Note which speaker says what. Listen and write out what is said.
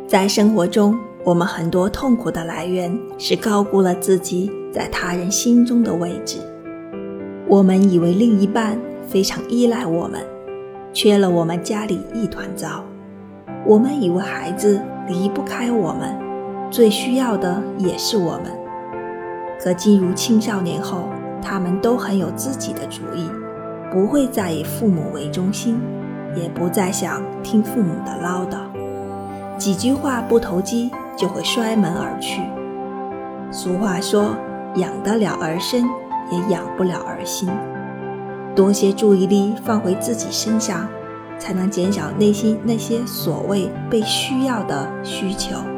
Speaker 1: 在生活中，我们很多痛苦的来源是高估了自己在他人心中的位置。我们以为另一半非常依赖我们，缺了我们家里一团糟。我们以为孩子离不开我们，最需要的也是我们。可进入青少年后，他们都很有自己的主意，不会再以父母为中心，也不再想听父母的唠叨，几句话不投机就会摔门而去。俗话说，养得了儿身，也养不了儿心。多些注意力放回自己身上，才能减少内心那些所谓被需要的需求。